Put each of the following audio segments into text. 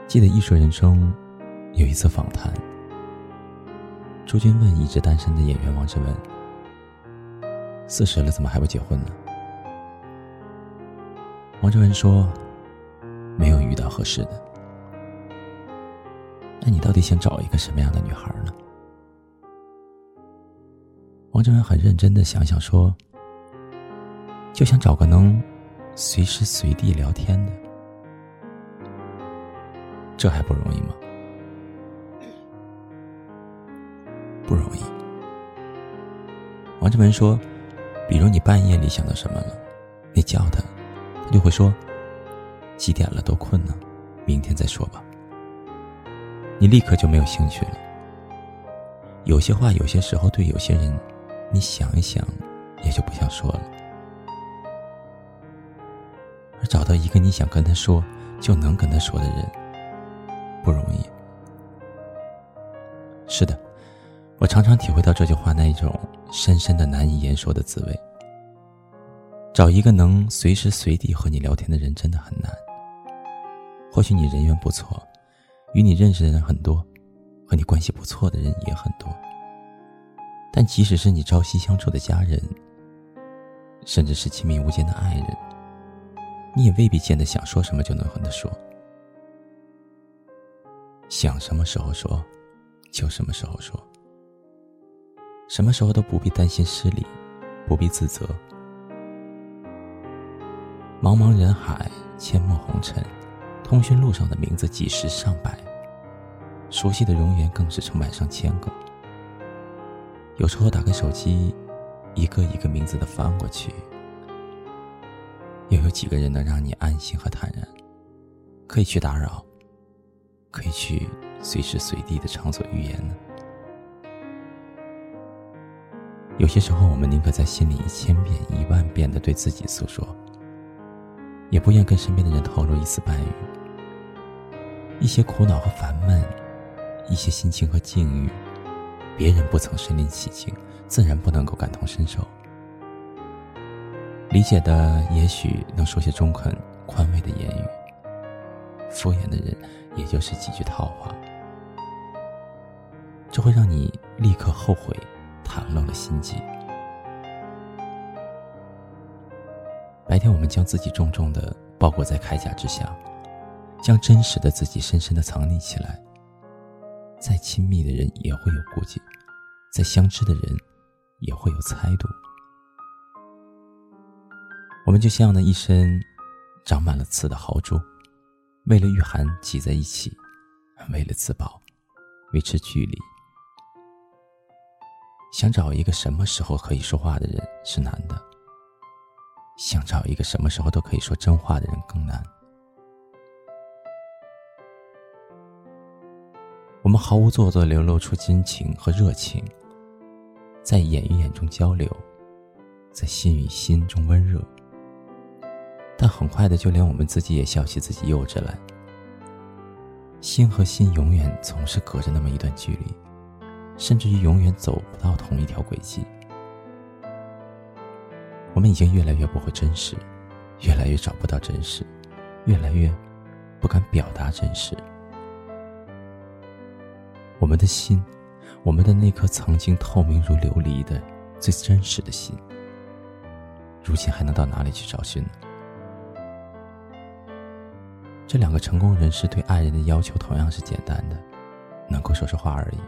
记得《艺术人生》有一次访谈，朱军问一直单身的演员王志文：“40了，怎么还不结婚呢？”王志文说：“没有遇到合适的。”那你到底想找一个什么样的女孩呢？王志文很认真地想想说：“就想找个能随时随地聊天的。”这还不容易吗？不容易。王志文说，比如你半夜里想到什么了，你叫他，他就会说：“几点了，都困呢，明天再说吧。”你立刻就没有兴趣了。有些话有些时候对有些人，你想一想也就不想说了。而找到一个你想跟他说就能跟他说的人，不容易。是的，我常常体会到这句话那一种深深的难以言说的滋味。找一个能随时随地和你聊天的人真的很难。或许你人缘不错，与你认识的人很多，和你关系不错的人也很多，但即使是你朝夕相处的家人，甚至是亲密无间的爱人，你也未必见得想说什么就能和他说。想什么时候说就什么时候说，什么时候都不必担心失礼，不必自责。茫茫人海，阡陌红尘，通讯录上的名字几十上百，熟悉的容颜更是成百上千个。有时候打开手机，一个一个名字的翻过去，又有几个人能让你安心和坦然，可以去打扰，可以去随时随地的畅所欲言呢？有些时候我们宁可在心里1000遍10000遍的对自己诉说，也不愿跟身边的人透露一丝半语。一些苦恼和烦闷，一些心情和境遇，别人不曾身临其境，自然不能够感同身受。理解的也许能说些中肯宽慰的言语，敷衍的人也就是几句套话，这会让你立刻后悔袒露了心迹。白天我们将自己重重地包裹在铠甲之下，将真实的自己深深地藏匿起来。再亲密的人也会有顾忌，再相知的人也会有猜度。我们就像那一身长满了刺的豪猪，为了御寒挤在一起，为了自保维持距离。想找一个什么时候可以说话的人是难的，想找一个什么时候都可以说真话的人更难。我们毫无做作流露出真情和热情，在眼与眼中交流，在心与心中温热，但很快的就连我们自己也笑起自己幼稚来。心和心永远总是隔着那么一段距离，甚至于永远走不到同一条轨迹。我们已经越来越不会真实，越来越找不到真实，越来越不敢表达真实。我们的心，我们的那颗曾经透明如琉璃的最真实的心，如今还能到哪里去找寻呢？这2个成功人士对爱人的要求同样是简单的，能够说说话而已。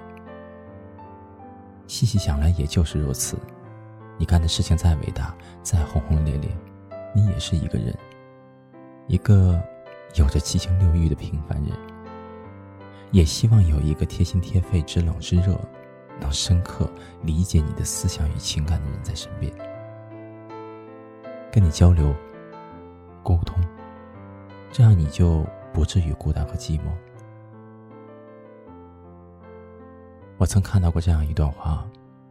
细细想来也就是如此，你干的事情再伟大，再轰轰烈烈，你也是一个人，一个有着7情6欲的平凡人，也希望有一个贴心贴肺知冷知热，能深刻理解你的思想与情感的人在身边，跟你交流沟通，这样你就不至于孤单和寂寞。我曾看到过这样一段话：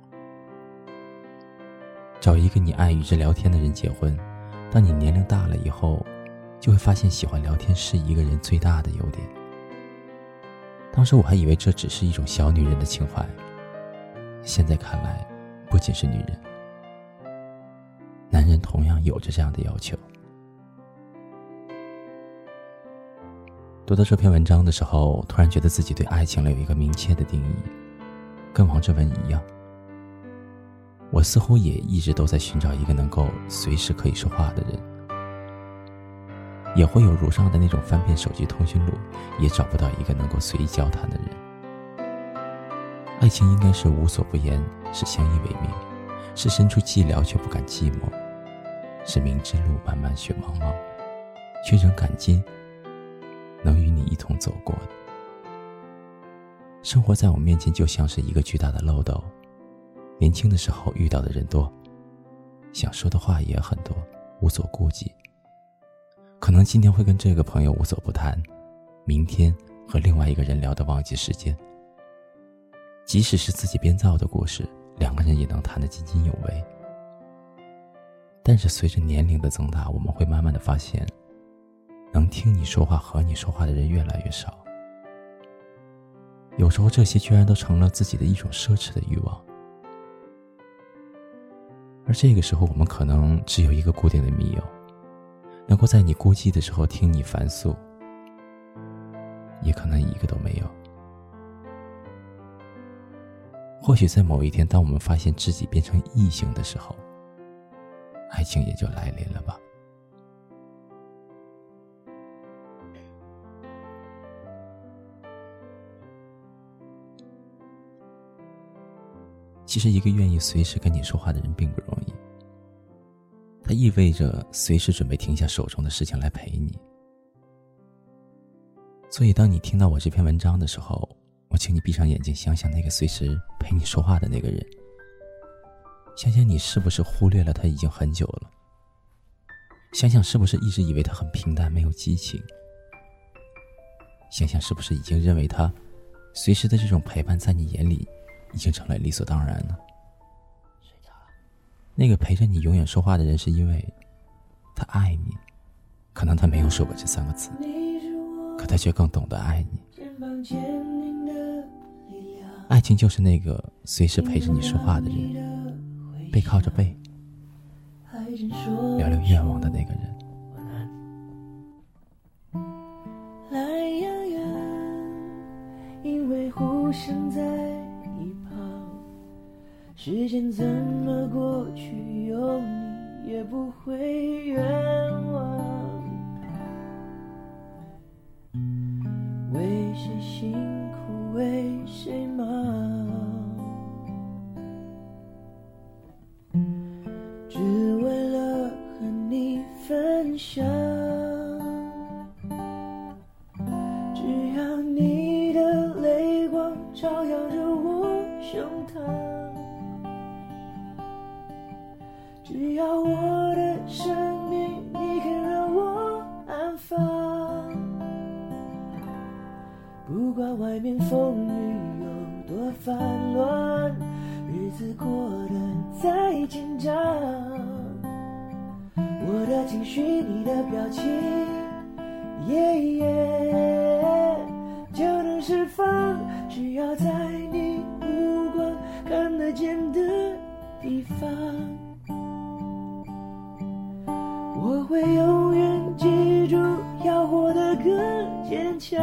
找一个你爱与之聊天的人结婚，当你年龄大了以后，就会发现喜欢聊天是一个人最大的优点。当时我还以为这只是一种小女人的情怀，现在看来，不仅是女人，男人同样有着这样的要求。 读到这篇文章的时候，突然觉得自己对爱情了有一个明确的定义，跟王志文一样，我似乎也一直都在寻找一个能够随时可以说话的人，也会有如上的那种翻遍手机通讯录也找不到一个能够随意交谈的人。爱情应该是无所不言，是相依为命，是身处寂寥却不敢寂寞，是明知路漫漫雪茫茫，却仍感激能与你一同走过的。生活在我面前就像是一个巨大的漏斗，年轻的时候遇到的人多，想说的话也很多，无所顾忌。可能今天会跟这个朋友无所不谈，明天和另外一个人聊得忘记时间。即使是自己编造的故事，两个人也能谈得津津有味。但是随着年龄的增大，我们会慢慢的发现，能听你说话和你说话的人越来越少。有时候这些居然都成了自己的一种奢侈的欲望。而这个时候我们可能只有一个固定的密友，能够在你孤寂的时候听你烦诉，也可能一个都没有。或许在某一天，当我们发现自己变成异性的时候，爱情也就来临了吧。其实一个愿意随时跟你说话的人并不容易，它意味着随时准备停下手中的事情来陪你。所以当你听到我这篇文章的时候，我请你闭上眼睛，想想那个随时陪你说话的那个人，想想你是不是忽略了他已经很久了，想想是不是一直以为他很平淡没有激情，想想是不是已经认为他随时的这种陪伴在你眼里已经成了理所当然了。那个陪着你永远说话的人，是因为他爱你，可能他没有说过这3个字，可他却更懂得爱你。爱情就是那个随时陪着你说话的人，背靠着背聊聊愿望的那个人。 懒洋洋，因为互相在一旁，时间怎么过去，有你也不会冤枉。为谁辛苦为谁忙，只为了和你分享。只要你的泪光照耀着我胸膛，只要我的生命你肯让我安放。不管外面风雨有多繁乱，日子过得再紧张，我的情绪你的表情就能释放。只要在你目光看得见的地方，我会永远记住要活得更坚强。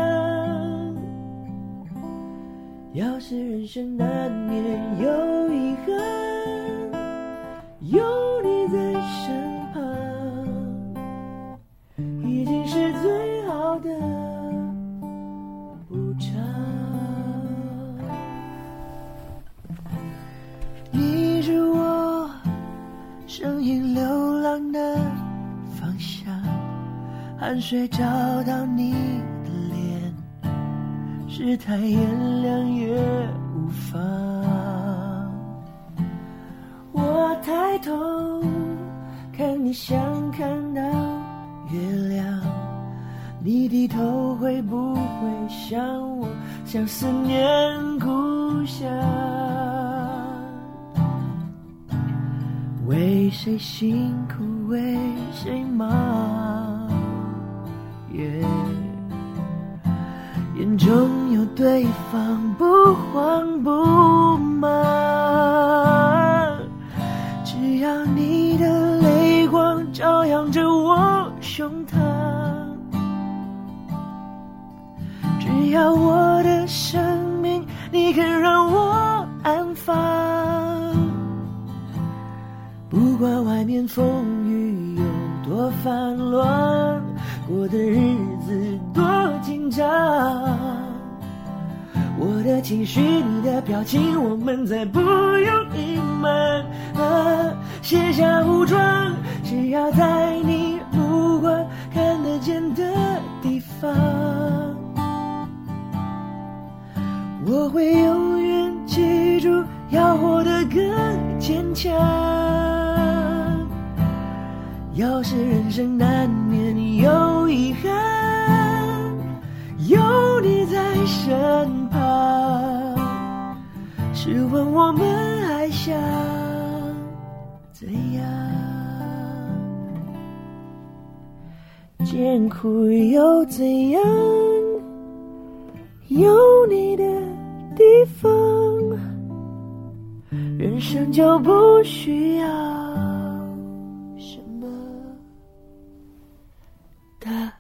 要是人生难免有遗憾，有你在身旁，已经是最好的补偿。你是我声音流浪的方向，汗水找到你的脸，世态炎凉也无妨。我抬头看你像看到月亮，你低头会不会想我，像思念故乡。为谁辛苦为谁忙，眼中有对方，不慌不忙。只要你的泪光照耀着我胸膛， 要我的生命，你肯让我安放。不管外面风雨有多烦乱，过的日子多紧张，我的情绪你的表情，我们再不用隐瞒。卸下武装，只要在你目光看得见的地方，我会永远记住，要活得更坚强。要是人生难免有遗憾，有你在身旁，试问我们还想怎样？艰苦又怎样？有你的地方，人生就不需要什么答案。